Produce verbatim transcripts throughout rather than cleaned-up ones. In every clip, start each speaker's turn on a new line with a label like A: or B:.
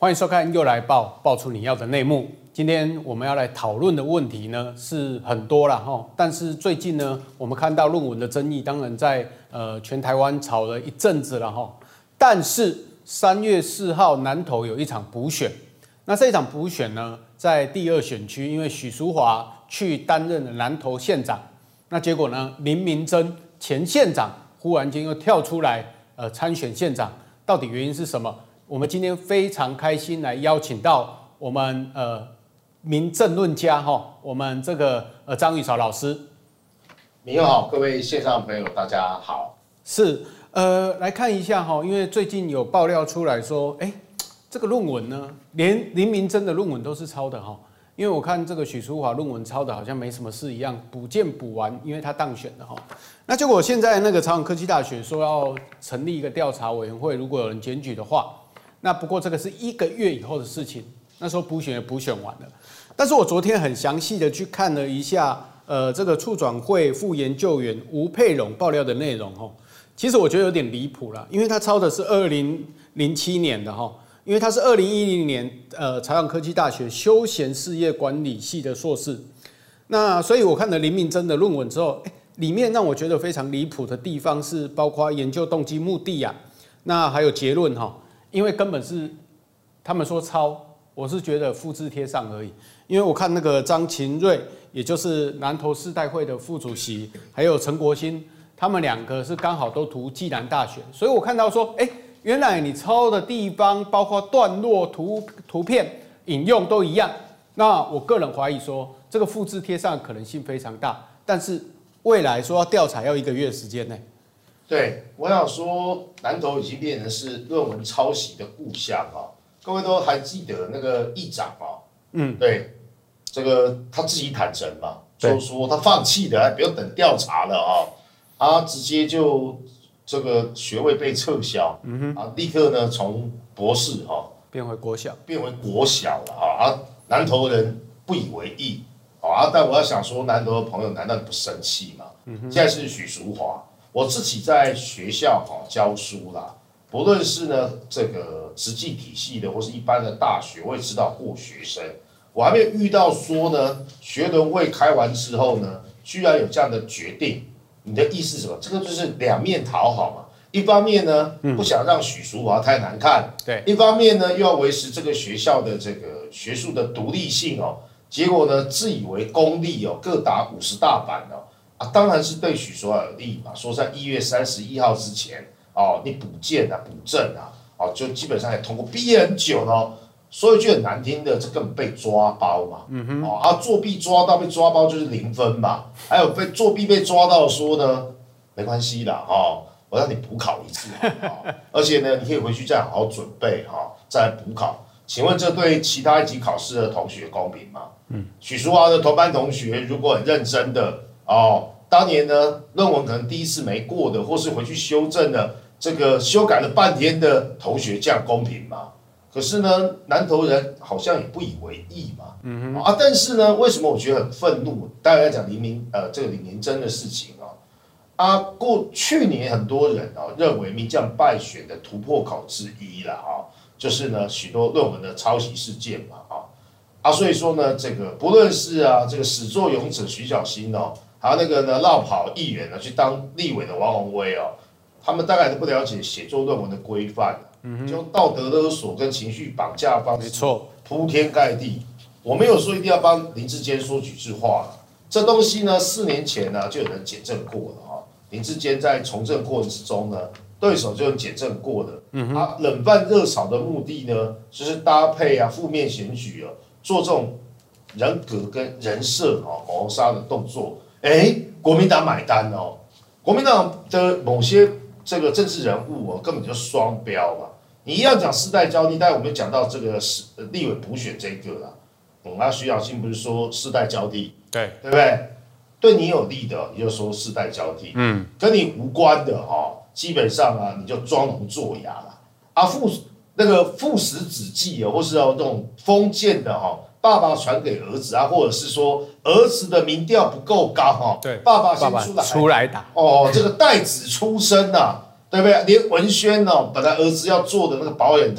A: 欢迎收看《又来爆爆出你要的内幕》。今天我们要来讨论的问题呢是很多啦齁，但是最近呢，我们看到论文的争议，当然在呃全台湾吵了一阵子了齁。但是三月四号南投有一场补选，那这一场补选呢，在第二选区，因为许淑华去担任了南投县长，那结果呢，林明珍前县长忽然间又跳出来呃参选县长，到底原因是什么？我们今天非常开心来邀请到我们呃民政论家哈，我们这个呃张宇韶老师。
B: 你好，各位线上朋友，大家好。
A: 是呃来看一下哈，因为最近有爆料出来说，哎，这个论文呢，连林明珍的论文都是抄的哈。因为我看这个许淑华论文抄的好像没什么事一样，补件补完，因为他当选了哈。那结果现在那个朝阳科技大学说要成立一个调查委员会，如果有人检举的话。那不过这个是一个月以后的事情，那时候补选也补选完了。但是我昨天很详细的去看了一下，呃，这个促转会副研究员吴佩蓉爆料的内容哦，其实我觉得有点离谱了，因为他抄的是二零零七年的哈，因为他是二零一零年呃朝阳科技大学休闲事业管理系的硕士。那所以我看了林明珍的论文之后，欸，里面让我觉得非常离谱的地方是包括研究动机目的呀，那还有结论哈。因为根本是他们说抄，我是觉得复制贴上而已。因为我看那个张勤瑞，也就是南投世代会的副主席，还有陈国兴，他们两个是刚好都读暨南大学，所以我看到说，哎，原来你抄的地方，包括段落、图图片、引用都一样。那我个人怀疑说，这个复制贴上的可能性非常大，但是未来说要调查要一个月时间呢。
B: 对，我想说，南投已经变成是论文抄袭的故乡啊！各位都还记得那个议长啊？嗯，对，这个他自己坦诚嘛，就说他放弃了，不用等调查了啊，他直接就这个学位被撤销，嗯哼，啊，立刻呢从博士哈
A: 变回国小，
B: 变为国小了啊！啊，南投人不以为意啊，但我要想说，南投的朋友难道不生气吗？嗯哼，现在是许淑华。我自己在学校哈教书啦，不论是呢这个职技体系的，或是一般的大学，我也指导过学生。我还没有遇到说呢，学伦会开完之后呢，居然有这样的决定。你的意思是什么？这个就是两面讨好嘛。一方面呢，不想让许淑华太难看，对；一方面呢，又要维持这个学校的这个学术的独立性哦。结果呢，自以为公立哦，各打五十大板哦。啊，当然是对许淑华有利嘛。说在一月三十一号之前，哦，你补件啊、补正啊，哦，就基本上也通过，毕业很久了，哦。说一句很难听的，这根本被抓包嘛。嗯哼。哦，啊，作弊抓到被抓包就是零分嘛。还有被作弊被抓到说呢，没关系啦，哦，我让你补考一次，哦，而且呢，你可以回去再好好准备哈，哦，再来补考。请问这对其他一级考试的同学公平吗？嗯。许淑华的同班同学如果很认真的。哦，当年呢，论文可能第一次没过的，或是回去修正的，这个修改了半天的同学，这样公平吗？可是呢，南投人好像也不以为意嘛。嗯哼。啊，但是呢，为什么我觉得很愤怒？当然要讲林明呃这个林明珍的事情啊。啊，过去年很多人啊认为民将败选的突破口之一啦啊，就是呢许多论文的抄袭事件嘛啊啊，所以说呢，这个不论是啊这个始作俑者徐小新哦。还有那个呢，落跑议员呢，去当立委的王宏威哦，他们大概都不了解写作论文的规范，嗯，就用道德勒索跟情绪绑架的方式，没错，铺天盖地。我没有说一定要帮林智坚说几句话了，这东西呢，四年前呢就有人检证过了哈。林智坚在从政过程之中呢，对手就有检证过的，嗯，他冷饭热炒的目的呢，就是搭配啊负面选举啊，做这种人格跟人设啊谋杀的动作。哎，国民党买单哦，国民党的某些这个政治人物哦，根本就双标嘛。你一样讲世代交替，但我们讲到这个立委补选这个啦，嗯，那徐小新不是说世代交替，对对不对？对你有利的，你就说世代交替，嗯，跟你无关的哈，哦，基本上啊，你就装聋作哑啦。啊，父那个父死子继哦，或是要这种封建的哈，哦。爸爸传给儿子啊，或者是说儿子的民调不够高哈，对，爸爸先出来
A: 出来打
B: 哦，这个代子出身呐，啊，对不对？连文宣哦，本来儿子要做的那个保险套，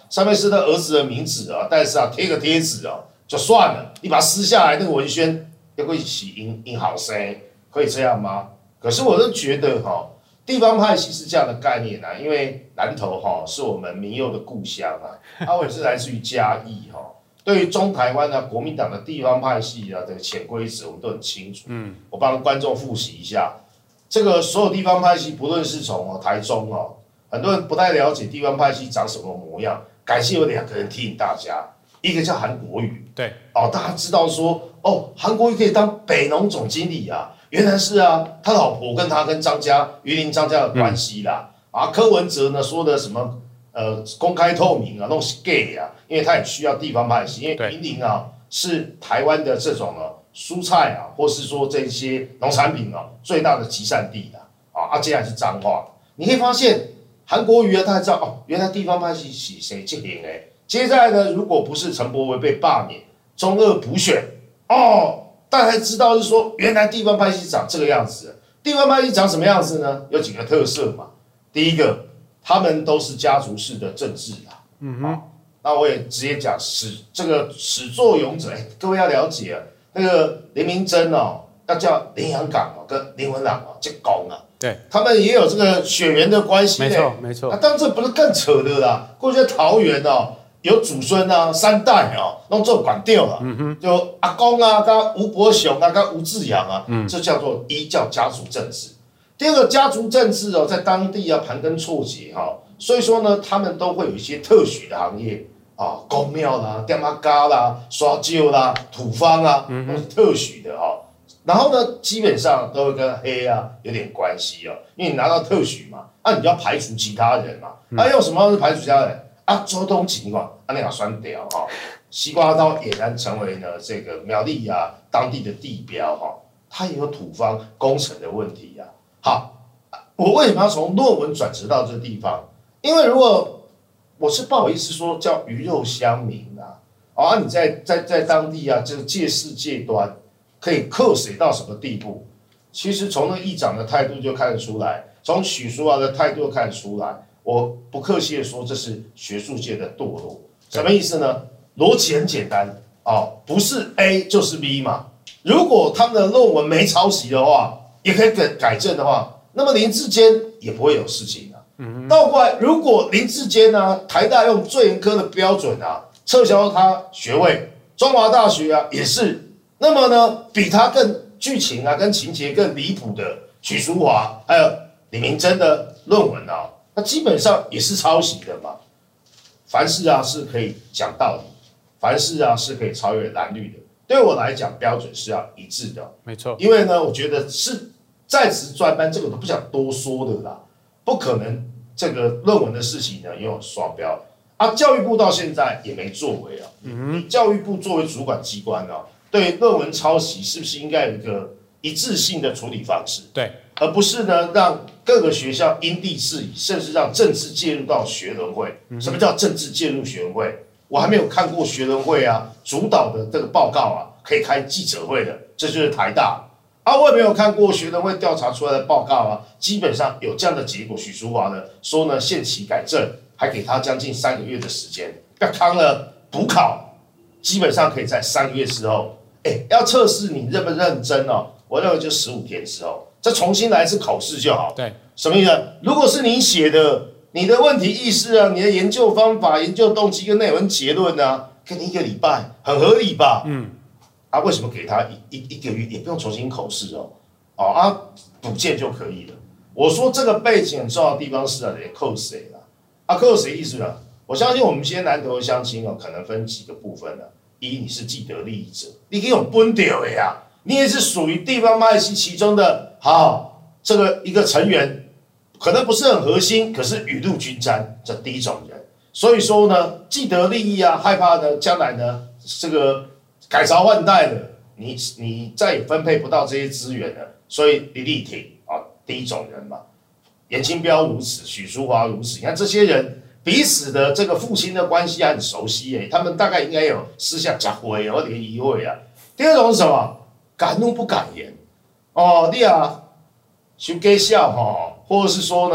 B: 上面是他儿子的名字啊，但是啊贴个贴纸啊就算了，你把它撕下来那个文宣要会起音音好声，可以这样吗？可是我都觉得哈，地方派系是这样的概念啊，因为南投哈是我们民佑的故乡啊，啊我也是来自于嘉义哈。对于中台湾呢、啊，国民党的地方派系啊，这个潜规则我们都很清楚。嗯，我帮观众复习一下，这个所有地方派系，不论是从、哦、台中哦，很多人不太了解地方派系长什么模样。感谢有两个人提醒大家，一个叫韩国瑜，
A: 对，
B: 哦，大家知道说，哦，韩国瑜可以当北农总经理啊，原来是啊，他老婆跟他跟张家鱼林张家的关系啦。嗯、啊，柯文哲呢说的什么？呃，公开透明啊，那种是 gay 啊，因为它也需要地方派系，因为云林啊是台湾的这种啊蔬菜啊，或是说这些农产品啊最大的集散地的啊，啊，接下来是彰化，你可以发现韩国瑜啊，大家知道哦，原来地方派系是谁进行的？接下来呢，如果不是陈柏惟被罢免，中二补选哦，大家才知道是说原来地方派系长这个样子，地方派系长什么样子呢？有几个特色嘛，第一个。他们都是家族式的政治啊，嗯哼，那我也直接讲始这个始作俑者，哎，各位要了解啊，那个林明珍哦，要叫林洋港哦，跟林文朗哦，这公啊，
A: 对，
B: 他们也有这个血缘的关系，
A: 没错没错。
B: 啊，但这不是更扯的啦？过去在桃园哦，有祖孙啊，三代哦，弄做管掉了，嗯哼，就阿公啊，跟吴伯雄啊，跟吴志阳啊，嗯，这叫做一叫家族政治。第二个家族政治哦，在当地啊盘根错节哈、哦，所以说呢，他们都会有一些特许的行业啊，公庙啦、店妈嘎啦、刷旧啦、土方啊，都是特许的哈、哦。然后呢，基本上都会跟黑啊有点关系哦，因为你拿到特许嘛，那、啊、你就要排除其他人嘛，那、啊、用什么方式排除其他人啊？周东情况，啊那个酸掉哈，西瓜刀俨然成为呢这个苗栗啊当地的地标哈、哦，它也有土方工程的问题呀、啊。好，我为什么要从论文转折到这个地方？因为如果我是不好意思说叫鱼肉乡民啊，啊，你在在在当地啊，这个借势借端可以克谁到什么地步？其实从那议长的态度就看得出来，从许淑华的态度就看得出来。我不客气的说，这是学术界的堕落。什么意思呢？逻辑很简单哦，不是 A 就是 B 嘛。如果他们的论文没抄袭的话，也可以改改正的话，那么林志坚也不会有事情啊。嗯、倒过来，如果林志坚呢、啊，台大用最严苛的标准啊，撤销他学位，中华大学啊也是，那么呢，比他更剧情啊跟情节更离谱的许淑华，还有李明珍的论文啊，那基本上也是抄袭的嘛。凡事啊是可以讲道理，凡事啊是可以超越蓝绿的。对我来讲，标准是要一致的，
A: 没错。
B: 因为呢，我觉得是在职专班这个我都不想多说的啦，不可能这个论文的事情呢又有双标啊。教育部到现在也没作为啊。嗯，教育部作为主管机关啊，对论文抄袭是不是应该有一个一致性的处理方式？
A: 对，
B: 而不是呢让各个学校因地制宜，甚至让政治介入到学伦会。嗯、什么叫政治介入学伦会？我还没有看过学伦会啊主导的这个报告啊，可以开记者会的，这就是台大啊。我也没有看过学伦会调查出来的报告啊，基本上有这样的结果。许淑华呢说呢限期改正，还给他将近三个月的时间，要康了补考，基本上可以在三个月之后，哎，要测试你认不认真哦，我认为就十五天之后，再重新来一次考试就好。
A: 对，
B: 什么意思？如果是你写的。你的问题意识啊，你的研究方法、研究动机跟内文结论啊，给你一个礼拜，很合理吧？嗯，啊，为什么给他一一一个月，也不用重新口试哦，哦啊，补件就可以了。我说这个背景很重要的地方是啊，得扣谁了？啊，扣谁意思呢？我相信我们这些南投的乡亲哦，可能分几个部分呢、啊。一，你是既得利益者，你可以有分掉的呀，你也是属于地方派系其中的好这个一个成员。可能不是很核心，可是雨露均沾，这第一种人。所以说呢，既得利益啊，害怕呢将来呢这个改朝换代了，你你再也分配不到这些资源了，所以李立挺啊，第一种人嘛，严清标如此，许淑华如此，你看这些人彼此的这个父亲的关系还很熟悉耶，他们大概应该有私下结婚或联谊会啊。第二种是什么？敢怒不敢言哦，你啊，修给笑哈。或者是说呢，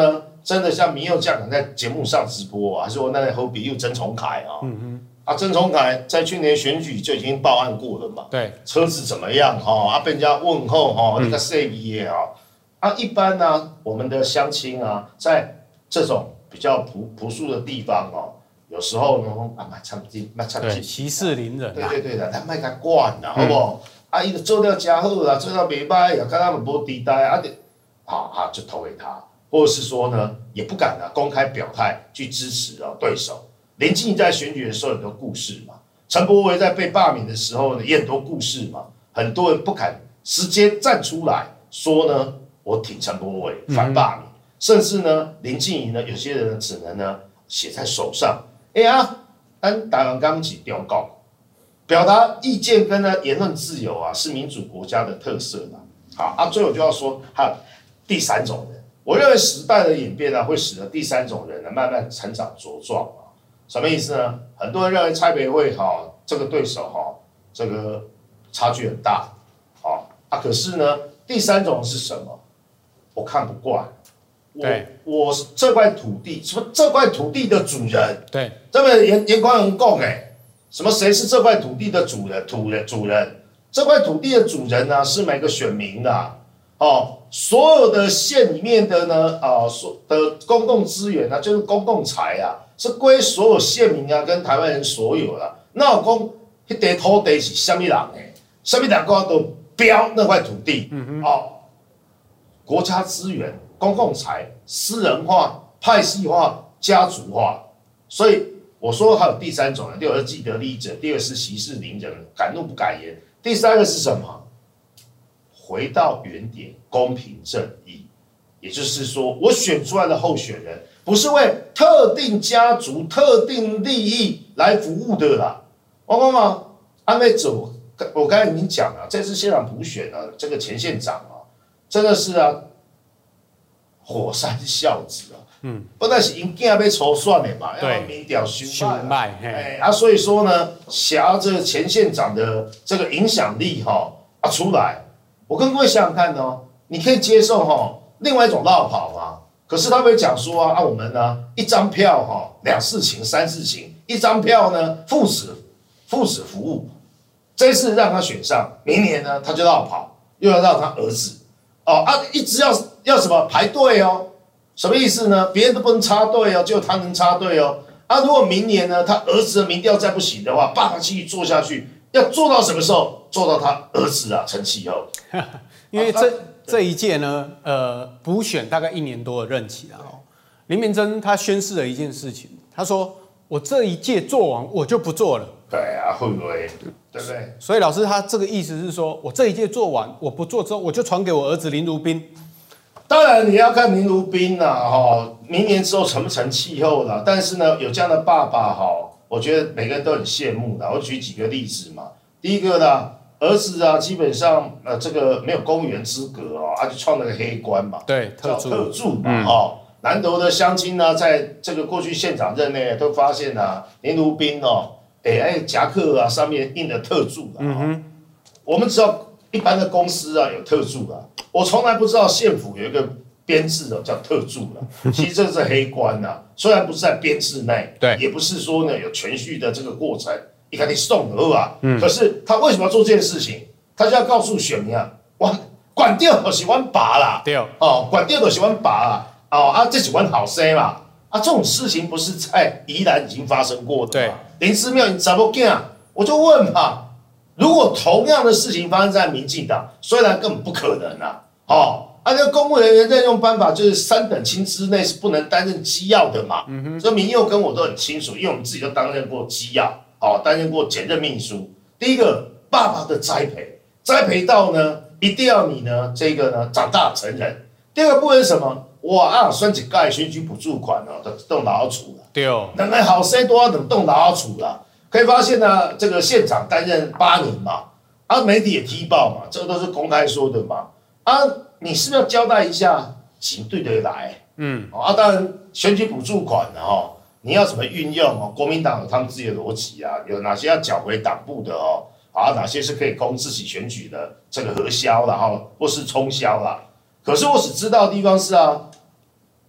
B: 真的像民佑这样在节目上直播、啊，还是我那好比又曾崇凯啊，嗯哼，啊曾崇凯在去年选举就已经报案过了嘛，
A: 对，
B: 车子怎么样哈、啊，被人家问候哈，那个谁耶啊，啊一般呢、啊，我们的乡亲啊，在这种比较朴朴素的地方哦，有时候呢啊买差不多买差不多，
A: 息事宁人、
B: 啊，对对对的，咱卖甲管啦，好不好？嗯、啊，伊就做了真好啦，做到袂歹，也看他们无地带啊，啊啊就投给他。或者是说呢，也不敢啊公开表态去支持啊对手。林静在选举的时候有很多故事嘛，陈柏惟在被罢免的时候呢，也很多故事嘛，很多人不敢直接站出来说呢，我挺陈柏惟，反罢免，嗯、甚至呢，林静怡呢，有些人只能呢写在手上。哎呀，咱台湾刚起中国，表达意见跟呢言论自由啊，是民主国家的特色啦。好啊，最后就要说还有第三种人。我认为时代的演变呢、啊，会使得第三种人呢慢慢成长茁壮啊。什么意思呢？很多人认为蔡培慧哈这个对手哈这个差距很大，好啊，可是呢第三种是什么？我看不惯，我我是这块土地，什么这块土地的主人？
A: 对，
B: 这个严严宽仁讲哎，什么谁是这块土地的主人？土人主人，这块土地的主人呢是每个选民的、啊。哦，所有的县里面的呢，啊，所的公共资源呢、啊，就是公共财啊，是归所有县民啊跟台湾人所有的。那我讲，那块土地是什么人诶？什么人都标那块土地，嗯、哦，国家资源、公共财私人化、派系化、家族化。所以我说还有第三种人，第二是既得利益者，第二是息事宁人，敢怒不敢言。第三个是什么？回到原点，公平正义，也就是说，我选出来的候选人不是为特定家族、特定利益来服务的啦。我讲嘛，安倍走，我刚才已经讲了，这次县长补选啊，这个前县长啊，真的是啊，火山孝子啊，嗯，不但是因囝被抽算的嘛，要民调修卖，哎啊，所以说呢，想要这个前县长的这个影响力哈啊出来。我跟各位想想看哦，你可以接受哈、哦、另外一种绕跑吗？可是他会讲说啊，啊我们呢一张票哈、哦、两事情三事情，一张票呢父子父子服务，这次让他选上，明年呢他就绕跑，又要让他儿子哦啊一直要要什么排队哦，什么意思呢？别人都不能插队哦，只有他能插队哦。啊如果明年呢他儿子的民调再不行的话，爸爸继续做下去。要做到什么时候？做到他儿子啊成气候。
A: 因为这、啊、这一届呢，呃，补选大概一年多的任期啊。林明溱他宣示了一件事情，他说：“我这一届做完，我就不做了。”
B: 对啊，会不会？对不对？
A: 所以老师他这个意思是说，我这一届做完，我不做之后，我就传给我儿子林如宾。
B: 当然你要看林如宾呐、啊，哈，明年之后成不成气候啦。但是呢，有这样的爸爸哈。我觉得每个人都很羡慕的。我举几个例子嘛。第一个呢，儿子啊，基本上呃这个没有公务员资格哦，他、啊、就创了个黑官嘛，
A: 对，特助
B: 特助嘛，嗯、哦。南投的乡亲呢，在这个过去县长任内都发现啊，林如宾哦，哎哎夹克啊上面印的特助啦、嗯哼。我们知道一般的公司啊有特助啦，我从来不知道县府有一个编制哦叫特助啦，其实这是黑官呐、啊。虽然不是在编制内，对，也不是说呢有全序的这个过程，你看你送了啊，嗯，可是他为什么要做这件事情？他就要告诉选民啊，我管掉都喜欢拔啦，对哦，管掉都喜欢拔啦，哦啊，这喜欢好 C 嘛，啊，这种事情不是在宜兰已经发生过的吗？林思妙，你怎么干？我就问嘛，如果同样的事情发生在民进党，虽然根本不可能啊，哦。啊，那公务人员任用办法就是三等亲之内是不能担任机要的嘛。嗯哼，这民佑跟我都很清楚，因为我们自己都担任过机要，哦，担任过检任秘书。第一个，爸爸的栽培，栽培到呢，一定要你呢，这个呢长大成人。第二个部分是什么？哇啊，选一届选举补助款哦，都动劳处了。对哦，两个好生多等动劳处了。可以发现呢，这个县长担任八年嘛，啊，媒体也踢爆嘛，这个都是公开说的嘛，啊。你是不是要交代一下几对得来？嗯，啊，当然选举补助款哈，你要怎么运用哦？国民党有他们自己的逻辑啊，有哪些要缴回党部的哦？啊，哪些是可以供自己选举的这个核销啦，哈，或是冲销啦？可是我只知道的地方是啊，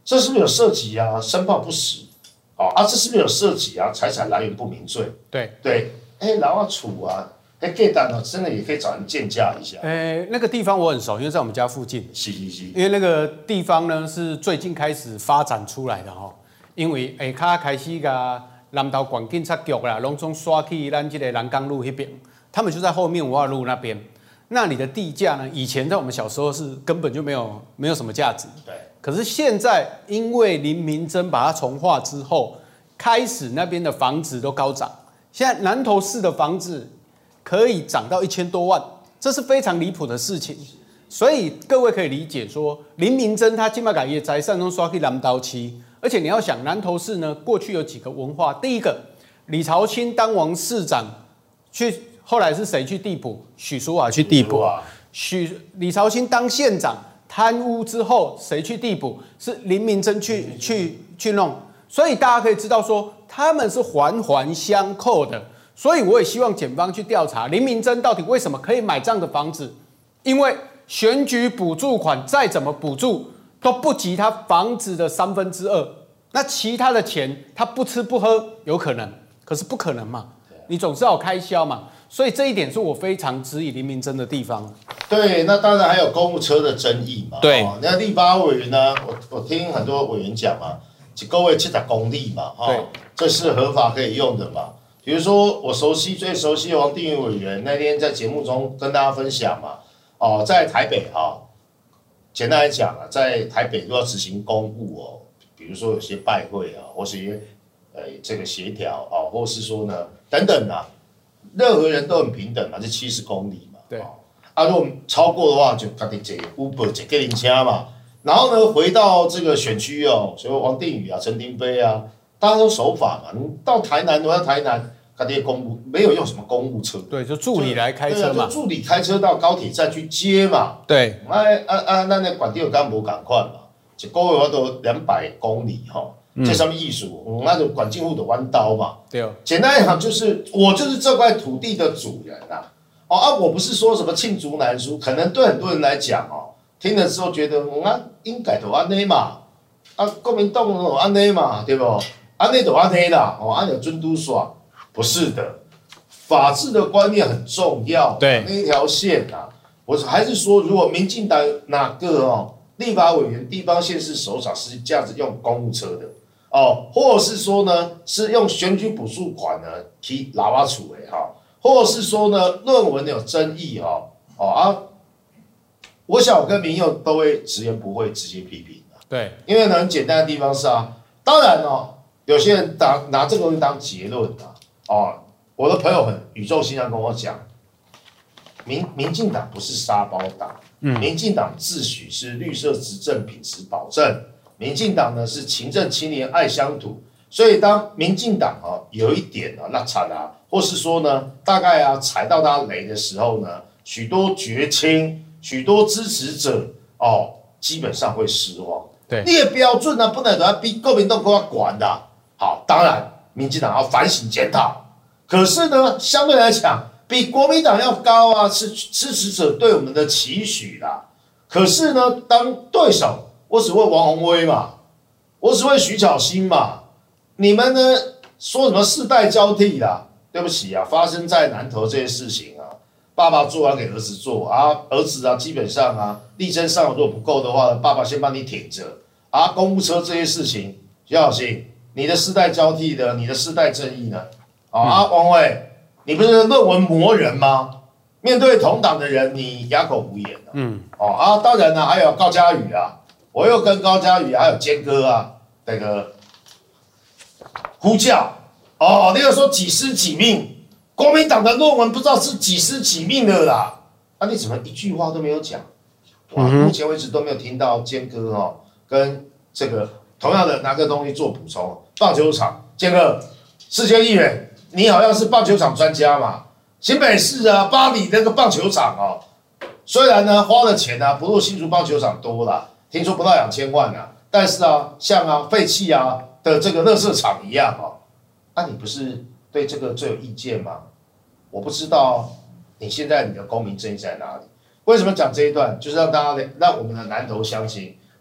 B: 这是不是有涉及啊申报不实？哦啊，这是不是有涉及啊财产来源不明罪？
A: 对
B: 对，哎，然后处啊，哎，给单呢，真的也可以找人鉴价一下。
A: 呃，那个地方我很熟，因为在我们家附近。
B: 是是是。
A: 因为那个地方呢是最近开始发展出来的哈，因为下骹开始噶南投县警察局啦，拢总刷去咱这个南港路那边，他们就在后面文化路那边。那里的地价呢，以前在我们小时候是根本就没有没有什么价值。
B: 对。
A: 可是现在因为林明珍把它重划之后，开始那边的房子都高涨。现在南投市的房子可以涨到一千多万，这是非常离谱的事情。所以各位可以理解说，林明珍他金马改业财产中刷去南投期，而且你要想南投市呢，过去有几个文化，第一个李朝清当王市长去。后来是谁去递补？许淑华去递补。许李朝清当县长贪污之后，谁去递补？是林明珍去去去弄。所以大家可以知道说，他们是环环相扣的。所以我也希望检方去调查林明珍到底为什么可以买这样的房子，因为选举补助款再怎么补助都不及他房子的三分之二。那其他的钱他不吃不喝有可能，可是不可能嘛？你总是要有开销嘛。所以这一点是我非常质疑林明珍的地方。
B: 对，那当然还有公务车的争议嘛。
A: 对，
B: 哦、那立法委员呢，我我听很多委员讲嘛，一个月七十公里嘛，哈、哦，这是合法可以用的嘛。比如说我熟悉最熟悉的王定宇委员那天在节目中跟大家分享嘛，哦，在台北哈、哦，简单来讲啊，在台北如果要执行公务哦，比如说有些拜会啊，或是一些呃这个协调啊、哦，或是说呢等等啊。任何人都很平等嘛，是七十公里嘛。
A: 对。
B: 啊，如果超过的话，就赶紧坐 Uber 坐给零车嘛。然后呢，回到这个选区哦，所以王定宇啊、陈亭妃啊，大家都守法嘛。你到台南，我到台南，赶紧公务没有用什么公务车。
A: 对，就助理来开车嘛。
B: 就助理开车到高铁站去接嘛。
A: 对。
B: 哎啊啊，那那管地有干无赶快嘛，一个月我都两百公里哈。这什么艺术？嗯，那种管进户的弯刀嘛。
A: 对哦。
B: 简单来讲，就是我就是这块土地的主人啊。哦啊，我不是说什么罄竹难书，可能对很多人来讲哦，听了之后觉得，嗯啊，应该都安内嘛。啊，国民党都安内嘛，对不？安内都安内啦。哦，安有尊都耍，不是的。法治的观念很重要。
A: 对。
B: 那一条线啊，我还是说，如果民进党哪个哦，立法委员、地方县市首长是这样子用公务车的。哦，或者是说呢，是用选举补助款呢提喇叭处诶哈，或者是说呢，论文有争议哈，哦啊，我想我跟民友都会直言不讳直接批评的。
A: 对，
B: 因为呢，很简单的地方是啊，当然哦，有些人当拿这个东西当结论啊，哦，我的朋友很语重心长跟我讲，民民进党不是沙包党，嗯，民进党自诩是绿色执政品质保证。民进党呢是勤政清廉爱乡土，所以当民进党啊有一点啊那惨啊，或是说呢大概啊踩到他雷的时候呢，许多绝亲、许多支持者哦，基本上会失望。
A: 对，
B: 你的标准呢不能让逼国民党给我管的。好，当然民进党要反省检讨，可是呢相对来讲比国民党要高啊，是支持者对我们的期许啦。可是呢，当对手。我只问王宏威嘛，我只问徐巧芯嘛，你们呢说什么世代交替啦？对不起啊，发生在南投这些事情啊，爸爸做完给儿子做啊，儿子啊基本上啊力争上游如果不够的话，爸爸先帮你挺着啊。公务车这些事情，徐巧芯，你的世代交替的，你的世代正义呢？啊，嗯、啊王伟，你不是论文魔人吗？面对同党的人，你哑口无言了、啊。嗯，哦啊，当然了，还有高嘉瑜啊。我又跟高嘉瑜还有坚哥啊，那个呼叫哦，那个说几尸几命，国民党的论文不知道是几尸几命的啦，啊，你怎么一句话都没有讲？哇，目前为止都没有听到坚哥哦，跟这个同样的拿个东西做补充。棒球场，坚哥，世界议员，你好像是棒球场专家嘛？新北市啊，八里那个棒球场哦，虽然呢花的钱啊不如新竹棒球场多啦。听说不到两千万啊，但是啊，像啊废弃啊的这个垃圾场一样哦，那、啊、你不是对这个最有意见吗？我不知道你现在你的公民正义在哪里？为什么讲这一段？就是让大家让我们的南投乡亲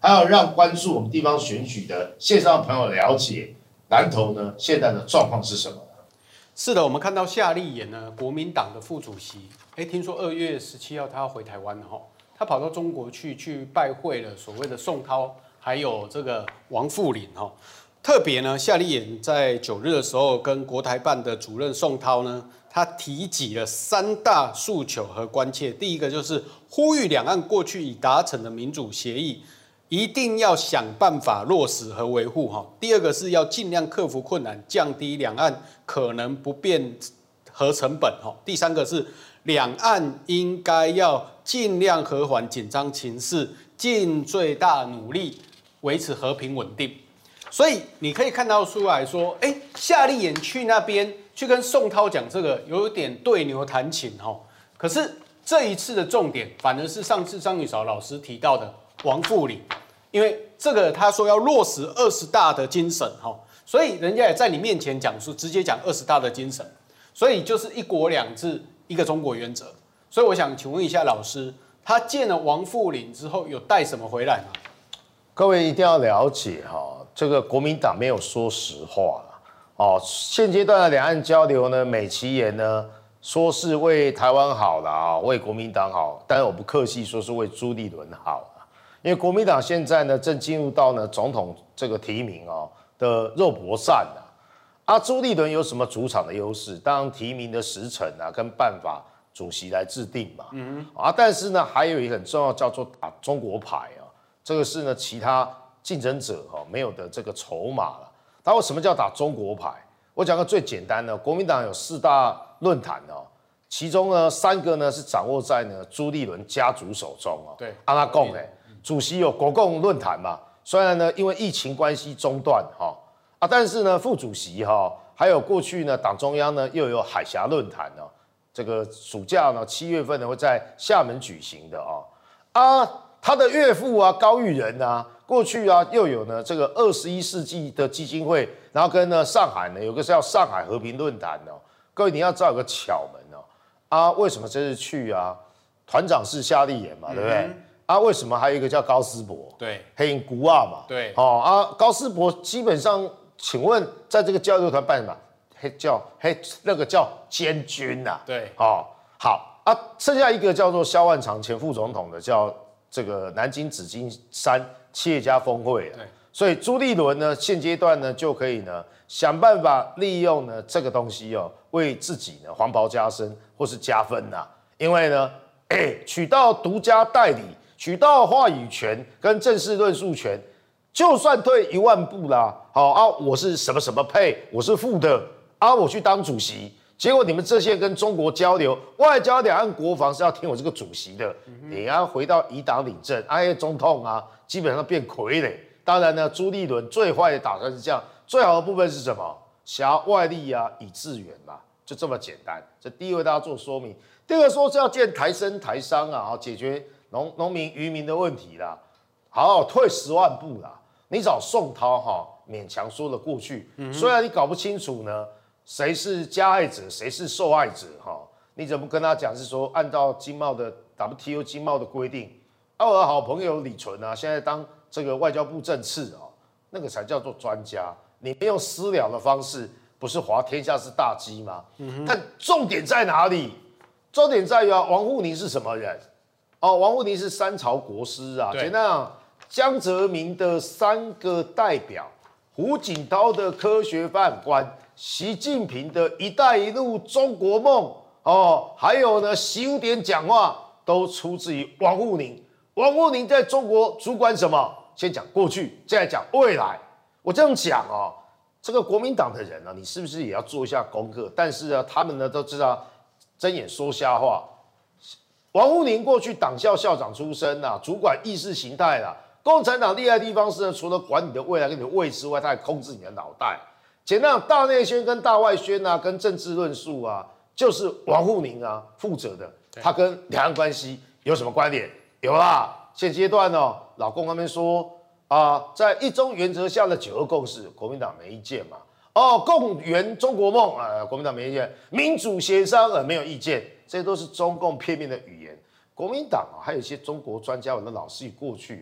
B: 还有让关注我们地方选举的线上朋友了解南投呢现在的状况是什么？
A: 是的，我们看到夏立言呢，国民党的副主席，哎，听说二月十七号他要回台湾了哈，他跑到中国去去拜会了所谓的宋涛，还有这个王富林哈。特别呢，夏立言在九日的时候跟国台办的主任宋涛呢，他提及了三大诉求和关切。第一个就是呼吁两岸过去已达成的民主协议，一定要想办法落实和维护哈。第二个是要尽量克服困难，降低两岸可能不便和成本哈。第三个是两岸应该要尽量和缓紧张情势，尽最大努力维持和平稳定。所以你可以看到出来说，哎，夏立言去那边去跟宋涛讲这个，有点对牛弹琴哈。可是这一次的重点，反而是上次张宇韶老师提到的王富林，因为这个他说要落实二十大的精神哈，所以人家也在你面前讲说，直接讲二十大的精神，所以就是一国两制，一个中国原则。所以我想请问一下老师，他见了王富林之后，有带什么回来吗？
B: 各位一定要了解哈，这个国民党没有说实话了哦。现阶段的两岸交流呢，美其言呢说是为台湾好了啊，为国民党好，但是我不客气说是为朱立伦好了，因为国民党现在呢正进入到呢总统这个提名哦的肉搏战啊。啊，朱立伦有什么主场的优势？当然提名的时程啊跟办法，主席来制定嘛。嗯啊，但是呢还有一个很重要，叫做打中国牌啊。这个是呢，其他竞争者哈没有的这个筹码了。那为什么叫打中国牌？我讲个最简单的，国民党有四大论坛哦，其中呢三个呢是掌握在呢朱立伦家族手中哦。
A: 对，
B: 阿拉贡哎，主席有国共论坛嘛，虽然呢因为疫情关系中断哈啊，但是呢副主席哈还有过去呢党中央呢又有海峡论坛哦，这个暑假呢七月份呢会在厦门举行的哦啊。他的岳父啊，高育仁啊，过去啊又有呢这个二十一世纪的基金会，然后跟呢上海呢有个叫上海和平论坛哦。各位你要知道有个巧门哦，啊为什么这次去啊？团长是夏立言嘛，对不对？嗯、啊为什么还有一个叫高思博？
A: 对，
B: 黑古啊嘛，
A: 对，
B: 哦啊高思博基本上，请问在这个交流团办什么？黑叫黑那个叫监军呐、啊，
A: 对，
B: 哦好啊，剩下一个叫做萧万长前副总统的叫。这个南京紫金山企业家峰会啊，所以朱立伦呢，现阶段呢就可以呢想办法利用呢这个东西哦，为自己呢黄袍加身或是加分呐、啊。因为呢，哎，取到独家代理，取到话语权跟正式论述权，就算退一万步啦，好啊，我是什么什么配，我是副的啊，我去当主席。结果你们这些跟中国交流、外交、两岸国防是要听我这个主席的，你要回到以党领政，哎，总统啊，基本上变傀儡。当然呢，朱立伦最坏的打算是这样，最好的部分是什么？挟外力啊，以致远嘛，就这么简单。这第一为大家做说明。第二个说是要建台生台商啊，好解决农农民渔民的问题啦，好退十万步啦。你找宋涛哈，勉强说得过去，虽然你搞不清楚呢。谁是加害者，谁是受害者？哈，你怎么跟他讲？是说按照经贸的 W T O 经贸的规定，啊，我的好朋友李纯啊，现在当这个外交部正次啊，那个才叫做专家。你用私了的方式，不是滑天下是大稽吗？嗯、但重点在哪里？重点在于啊，王沪宁是什么人？哦，王沪宁是三朝国师啊，简单讲，江泽民的三个代表，胡锦涛的科学发展观。习近平的一带一路中国梦哦，还有呢，习五点讲话都出自于王沪宁。王沪宁在中国主管什么？先讲过去，现在讲未来。我这样讲哦，这个国民党的人呢、啊，你是不是也要做一下功课？但是呢，他们呢都知道睁眼说瞎话。王沪宁过去党校校长出身呐、啊，主管意识形态啦。共产党厉害的地方是呢，除了管你的未来跟你的胃之外，他还控制你的脑袋。简单讲，大内宣跟大外宣啊，跟政治论述啊，就是王沪宁啊负责的。他跟两岸关系有什么关联？有啦，现阶段哦，老共他们说啊，在一中原则下的九二共识，国民党没意见嘛。哦，共圆中国梦啊、呃，国民党没意见。民主协商呃没有意见，这些都是中共片面的语言。国民党啊，还有一些中国专家，我的老师过去哦，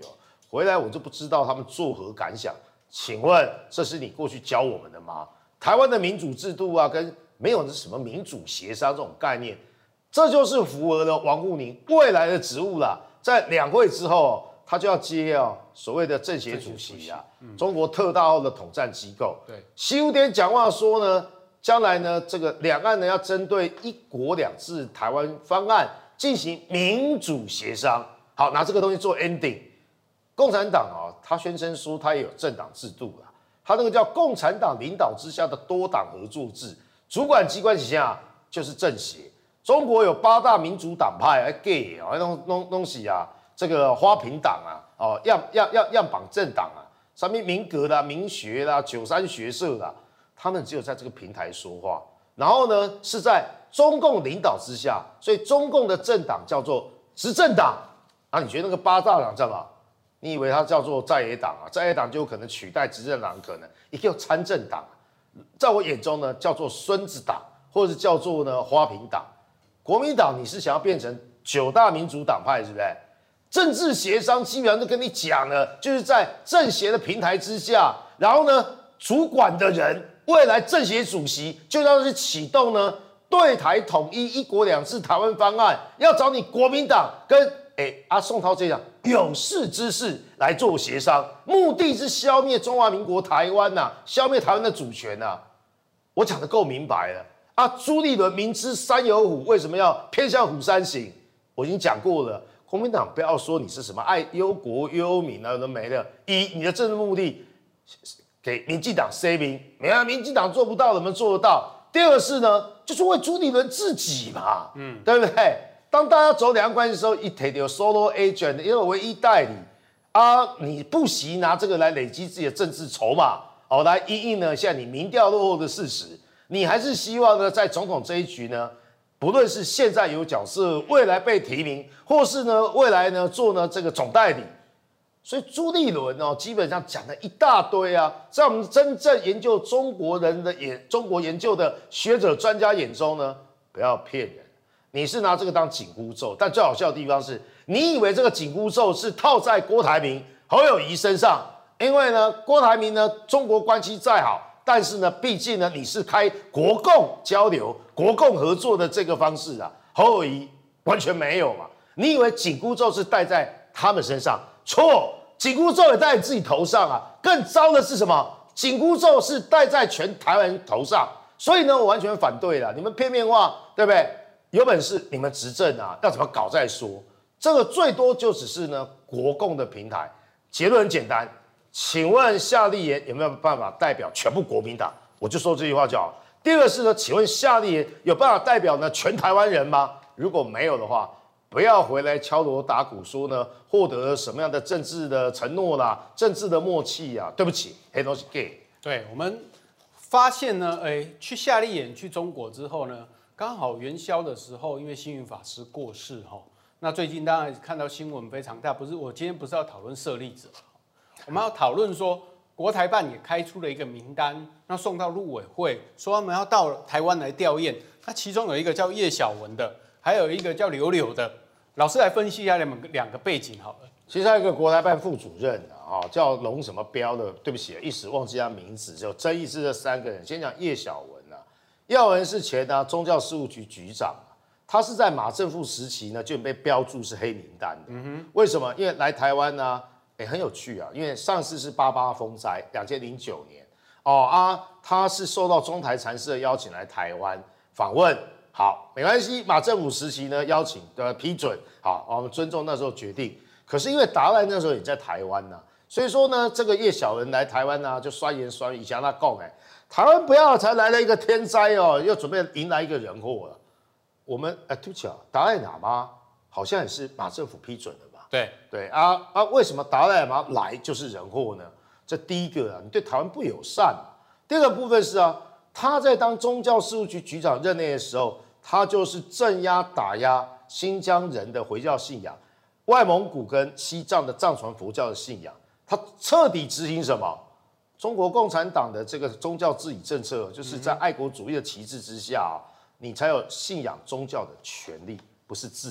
B: 回来我就不知道他们作何感想。请问这是你过去教我们的吗？台湾的民主制度啊，跟没有什么民主协商这种概念，这就是符合了王沪宁未来的职务啦。在两会之后，他就要接啊所谓的政协主席啊，嗯、中国特大号的统战机构。
A: 对，
B: 习近平讲话说呢，将来呢，这个两岸呢要针对一国两制台湾方案进行民主协商。好，拿这个东西做 ending。共产党啊，他宣称说他也有政党制度啦，他那个叫共产党领导之下的多党合作制，主管机关底下就是政协。中国有八大民主党派，还 gay 啊，弄弄东西啊，这个花瓶党啊，哦样样样样榜政党啊，上面民革啦、民学啦、九三学社啦，他们只有在这个平台说话。然后呢，是在中共领导之下，所以中共的政党叫做执政党啊。你觉得那个八大党叫什么？你以为它叫做在野党啊？在野党就有可能取代执政党，可能也叫参政党。在我眼中呢，叫做孙子党，或者是叫做呢花瓶党。国民党你是想要变成九大民主党派，是不是？政治协商基本上都跟你讲了，就是在政协的平台之下，然后呢，主管的人未来政协主席就要去启动呢对台统一、一国两制台湾方案，要找你国民党跟哎阿宋涛这样有识之士来做协商，目的是消灭中华民国台湾呐、啊，消灭台湾的主权呐、啊。我讲的够明白了啊！朱立伦明知山有虎，为什么要偏向虎山行？我已经讲过了，国民党不要说你是什么爱忧国忧民啊，都没了。一，你的政治目的给民进党 saving， 没啊，民进党做不到，我们做得到。第二个是呢，就是为朱立伦自己嘛，嗯，对不对？当大家走两岸关系的时候，一提到 solo agent， 因为唯一代理啊，你不惜拿这个来累积自己的政治筹码，好、哦、来因应呢现在你民调落后的事实，你还是希望呢在总统这一局呢，不论是现在有角色，未来被提名，或是呢未来呢做呢这个总代理。所以朱立伦哦，基本上讲了一大堆啊，在我们真正研究中国人的眼、中国研究的学者专家眼中呢，不要骗人，你是拿这个当紧箍咒。但最好笑的地方是，你以为这个紧箍咒是套在郭台铭、侯友宜身上，因为呢，郭台铭呢，中国关系再好，但是呢，毕竟呢，你是开国共交流、国共合作的这个方式啊，侯友宜完全没有嘛。你以为紧箍咒是戴在他们身上？错，紧箍咒也戴在自己头上啊！更糟的是什么？紧箍咒是戴在全台湾人头上，所以呢，我完全反对了。你们片面化，对不对？有本事你们执政啊，要怎么搞再说。这个最多就只是呢国共的平台。结论很简单，请问夏立言有没有办法代表全部国民党？我就说这句话就好。第二个是呢，请问夏立言有办法代表呢全台湾人吗？如果没有的话，不要回来敲锣打鼓说呢，获得了什么样的政治的承诺啦，政治的默契啊？对不起，黑东西 gay。
A: 对，我们发现呢，哎，去夏立言去中国之后呢，刚好元宵的时候，因为星云法师过世哈，那最近当然看到新闻非常大，不是我今天不是要讨论舍利者，我们要讨论说国台办也开出了一个名单，那送到陆委会，说他们要到台湾来吊唁，那其中有一个叫叶小文的，还有一个叫柳柳的。老师来分析一下你们两个背景好了。
B: 其实还有一个国台办副主任啊，叫龙什么彪的，对不起，一时忘记他名字。就争议是这三个人。先讲叶小文啊，叶小文是前啊宗教事务局局长，他是在马政府时期呢就被标注是黑名单的。嗯哼，为什么？因为来台湾呢，哎很有趣啊，因为上次是八八风灾，两千零九年哦啊，他是受到中台禅师的邀请来台湾访问。好，没关系，马政府时期呢邀请的批准，好，我们尊重那时候决定。可是因为达赖那时候也在台湾呢、啊，所以说呢，这个叶小文来台湾呢、啊，就酸言酸语，以前他讲哎，台湾不要才来了一个天灾哦，又准备迎来一个人祸了。我们哎，对不起啊，达赖喇嘛好像也是马政府批准的吧？
A: 对
B: 对啊啊，为什么达赖喇嘛来就是人祸呢？这第一个啊，你对台湾不友善、啊。第二个部分是啊。他在当宗教事务局局长任内的时候，他就是镇压打压新疆人的回教信仰，外蒙古跟西藏的藏传佛教的信仰，他彻底执行什么？中国共产党的这个宗教治理政策，就是在爱国主义的旗帜之下、啊，你才有信仰宗教的权利，不是自由。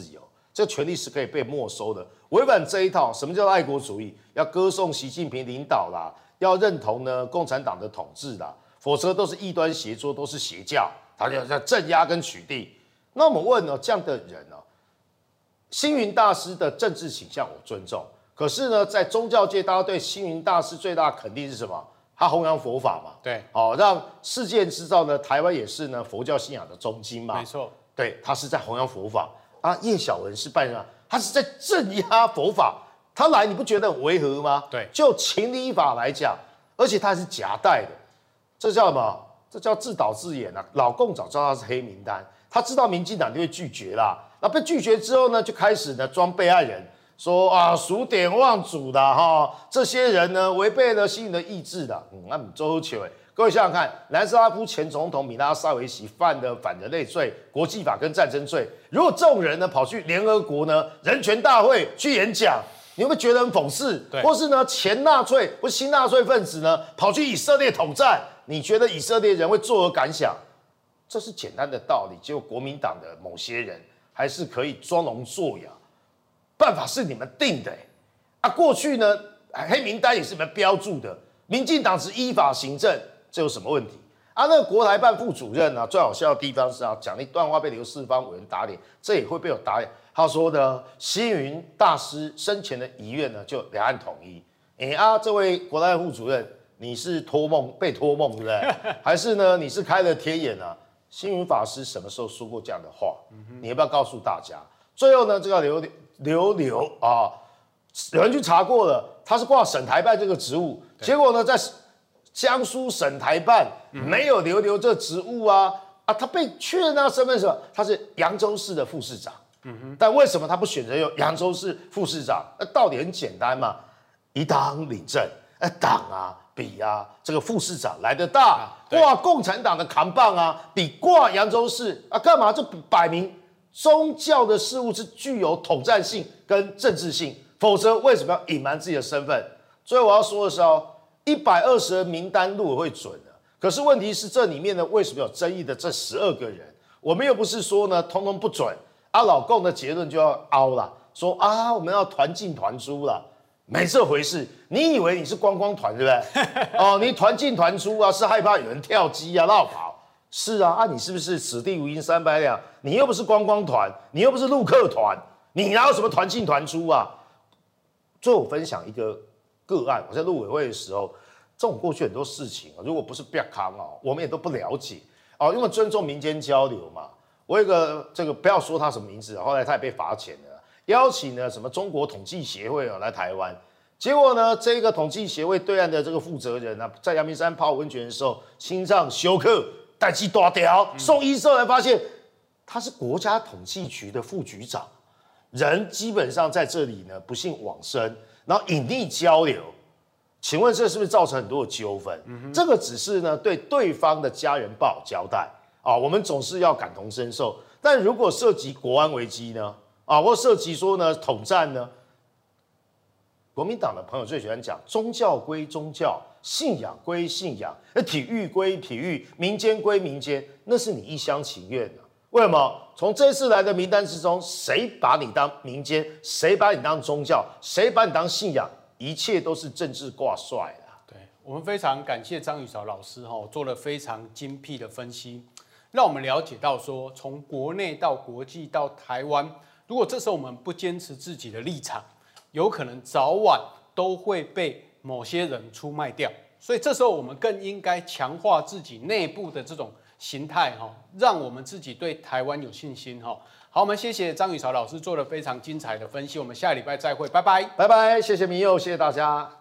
B: 这权利是可以被没收的。违反这一套，什么叫爱国主义？要歌颂习近平领导啦，要认同呢共产党的统治啦，否则都是异端邪说，都是邪教，他就要镇压跟取缔。那我们问呢，这样的人呢，星云大师的政治倾向我尊重，可是呢，在宗教界，大家对星云大师最大的肯定是什么？他弘扬佛法嘛，
A: 对，
B: 好、哦、让世界知道呢，台湾也是呢佛教信仰的中心嘛，
A: 没错，
B: 对，他是在弘扬佛法啊。叶小文是扮演啊，他是在镇压佛法，他来你不觉得很违和吗？
A: 对，
B: 就情理法来讲，而且他还是夹带的，这叫什么？这叫自导自演啊！老共早知道他是黑名单，他知道民进党就会拒绝啦，那被拒绝之后呢，就开始呢装被害人。说啊，数典忘祖的哈，这些人呢违背了新云的意志的，嗯，那你周球哎，各位想想看，南斯拉夫前总统米拉萨维奇犯的反人类罪、国际法跟战争罪，如果这种人呢跑去联合国呢人权大会去演讲，你会不会觉得很讽刺？
A: 对，
B: 或是呢前纳粹或新纳粹分子呢跑去以色列统战，你觉得以色列人会作何感想？这是简单的道理，结果国民党的某些人还是可以装聋作哑。办法是你们定的、欸，啊，过去呢黑名单也是你们标注的，民进党只依法行政，这有什么问题？啊，那个国台办副主任啊，最好笑的地方是啊，讲了一段话被刘世芳委员打脸，这也会被我打脸。他说呢，星云大师生前的遗愿呢，就两岸统一。哎、欸、啊，这位国台办副主任，你是托梦被托梦对不对？还是呢你是开了天眼啊？星云法师什么时候说过这样的话？你要不要告诉大家？最后呢，这个刘刘刘啊，有人去查过了，他是挂省台办这个职务，结果呢，在江苏省台办没有刘刘这职务啊啊，他被确认他身份是什么？他是扬州市的副市长。嗯哼，但为什么他不选择用扬州市副市长？那道理很简单嘛，一党领政，呃，党啊比啊这个副市长来得大，啊、挂共产党的扛棒啊，比挂扬州市啊干嘛？这摆明。宗教的事物是具有统战性跟政治性，否则为什么要隐瞒自己的身份？所以我要说的是哦，一百二十人名单陆委会准的，可是问题是这里面呢为什么有争议的这十二个人，我们又不是说呢通通不准，啊老共的结论就要凹了，说啊我们要团进团出了，没这回事。你以为你是观光团对不对？哦，你团进团出啊，是害怕有人跳机啊、绕跑。是啊，啊，你是不是此地无银三百两？你又不是观光团，你又不是陆客团，你哪有什么团进团出啊？最后我分享一个个案，我在陆委会的时候，这种过去很多事情，如果不是别康哦，我们也都不了解哦，因为尊重民间交流嘛。我有一个这个不要说他什么名字，后来他也被罚钱了，邀请了什么中国统计协会啊来台湾，结果呢，这个统计协会对岸的这个负责人呢、啊，在阳明山泡温泉的时候心脏休克。代志大条，送医之后才发现他是国家统计局的副局长，人基本上在这里呢不幸往生，然后隐匿交流，请问这是不是造成很多的纠纷？嗯、这个只是呢对对方的家人不好交代啊，我们总是要感同身受，但如果涉及国安危机呢？啊，或涉及说呢统战呢？国民党的朋友最喜欢讲宗教归宗教，信仰归信仰，体育归体育，民间归民间，那是你一厢情愿的。为什么？从这次来的名单之中，谁把你当民间，谁把你当宗教，谁把你当信仰，一切都是政治挂帅的。
A: 对，我们非常感谢张宇韶老师哈，做了非常精辟的分析，让我们了解到说，从国内到国际到台湾，如果这时候我们不坚持自己的立场，有可能早晚都会被某些人出卖掉，所以这时候我们更应该强化自己内部的这种形态哈，让我们自己对台湾有信心哈。好，我们谢谢张宇韶老师做了非常精彩的分析，我们下礼拜再会，拜拜，
B: 拜拜，谢谢明佑，谢谢大家。